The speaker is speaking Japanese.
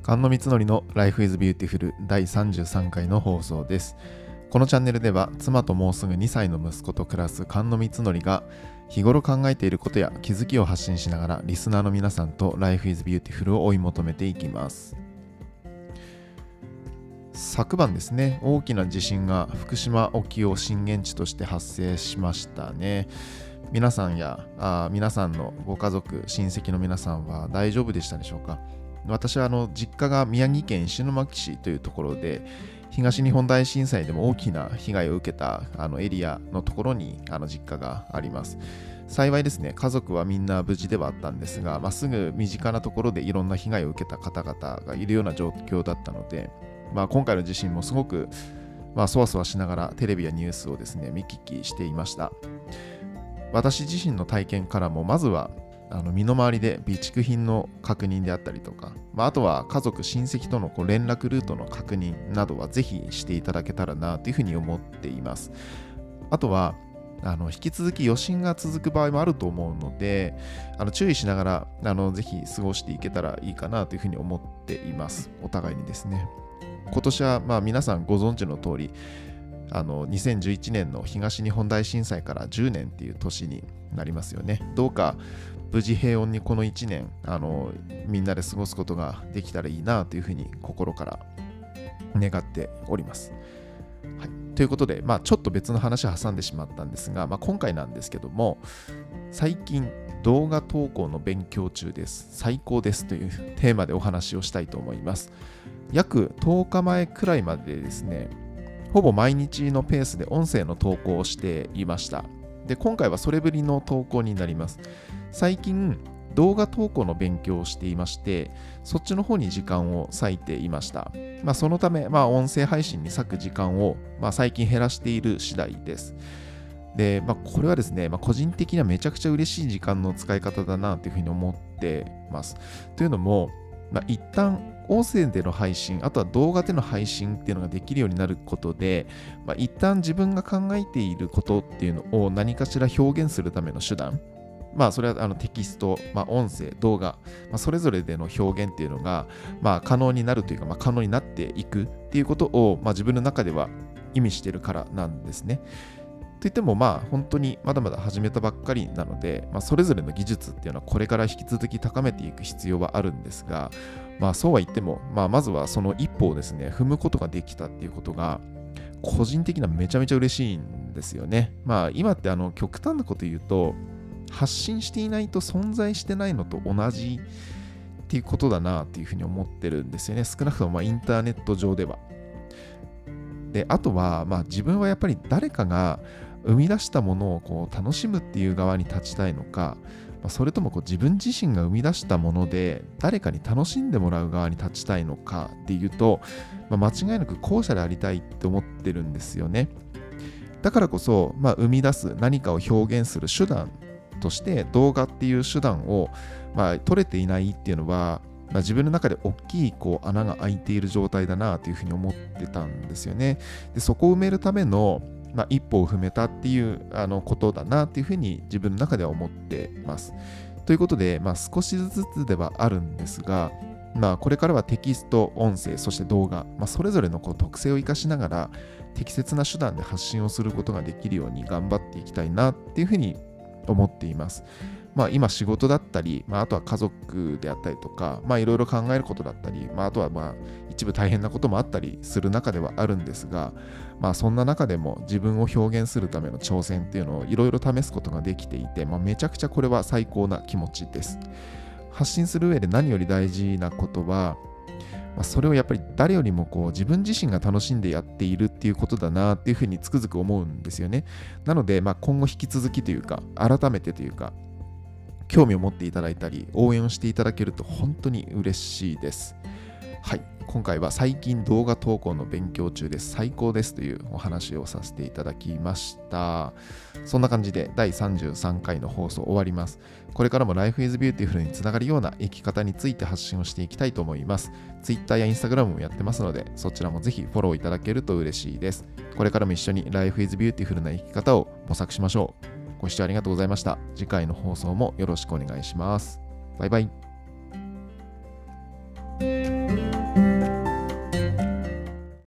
菅野光則の Life is Beautiful 第33回の放送です。このチャンネルでは妻ともうすぐ2歳の息子と暮らす菅野光則が日頃考えていることや気づきを発信しながらリスナーの皆さんと Life is Beautiful を追い求めていきます。昨晩ですね、大きな地震が福島沖を震源地として発生しましたね。皆さんのご家族、親戚の皆さんは大丈夫でしたでしょうか。私は実家が宮城県石巻市というところで、東日本大震災でも大きな被害を受けたエリアのところに実家があります。幸いですね、家族はみんな無事ではあったんですが、すぐ身近なところでいろんな被害を受けた方々がいるような状況だったので、今回の地震もすごくそわそわしながらテレビやニュースをですね見聞きしていました。私自身の体験からもまずは身の回りで備蓄品の確認であったりとか、あとは家族親戚との連絡ルートの確認などはぜひしていただけたらなというふうに思っています。あとは引き続き余震が続く場合もあると思うので、注意しながらぜひ過ごしていけたらいいかなというふうに思っています。お互いにですね。今年は皆さんご存知の通り2011年の東日本大震災から10年っていう年になりますよね。どうか無事平穏にこの1年みんなで過ごすことができたらいいなというふうに心から願っております。はい、ということで、ちょっと別の話を挟んでしまったんですが、今回なんですけども、最近動画投稿の勉強中です。最高ですというテーマでお話をしたいと思います。約10日前くらいまでですね、ほぼ毎日のペースで音声の投稿をしていました。で、今回はそれぶりの投稿になります。最近動画投稿の勉強をしていまして、そっちの方に時間を割いていました。そのため、音声配信に割く時間を、最近減らしている次第です。で、これはですね、個人的にはめちゃくちゃ嬉しい時間の使い方だなというふうに思っています。というのも、一旦音声での配信、あとは動画での配信っていうのができるようになることで、一旦自分が考えていることっていうのを何かしら表現するための手段、それはテキスト、音声、動画、それぞれでの表現っていうのが、可能になるというか、可能になっていくっていうことを、自分の中では意味しているからなんですね。といっても本当にまだまだ始めたばっかりなので、それぞれの技術っていうのはこれから引き続き高めていく必要はあるんですが、そうは言っても、まずはその一歩をですね踏むことができたっていうことが個人的にはめちゃめちゃ嬉しいんですよね。今って極端なこと言うと、発信していないと存在してないのと同じっていうことだなっていうふうに思ってるんですよね。少なくともインターネット上では。で、あとは自分はやっぱり誰かが生み出したものを楽しむっていう側に立ちたいのか、それとも自分自身が生み出したもので誰かに楽しんでもらう側に立ちたいのかっていうと、間違いなく後者でありたいって思ってるんですよね。だからこそ、生み出す何かを表現する手段として動画っていう手段を、取れていないっていうのは、自分の中で大きい穴が開いている状態だなというふうに思ってたんですよね。で、そこを埋めるための一歩を踏めたっていうことだなっていうふうに自分の中では思っています。ということで、少しずつではあるんですが、これからはテキスト、音声、そして動画、それぞれの特性を生かしながら適切な手段で発信をすることができるように頑張っていきたいなっていうふうに思っています。今仕事だったり、あとは家族であったりとか、いろいろ考えることだったり、あとは一部大変なこともあったりする中ではあるんですが、そんな中でも自分を表現するための挑戦っていうのをいろいろ試すことができていて、めちゃくちゃこれは最高な気持ちです。発信する上で何より大事なことは、それをやっぱり誰よりも自分自身が楽しんでやっているっていうことだなっていうふうにつくづく思うんですよね。なので、今後引き続きというか、改めてというか、興味を持っていただいたり応援をしていただけると本当に嬉しいです。はい、今回は最近動画投稿の勉強中です。最高ですというお話をさせていただきました。そんな感じで第33回の放送終わります。これからも Life is Beautiful につながるような生き方について発信をしていきたいと思います。Twitter や Instagram もやってますので、そちらもぜひフォローいただけると嬉しいです。これからも一緒に Life is Beautiful な生き方を模索しましょう。ご視聴ありがとうございました。次回の放送もよろしくお願いします。バイバイ。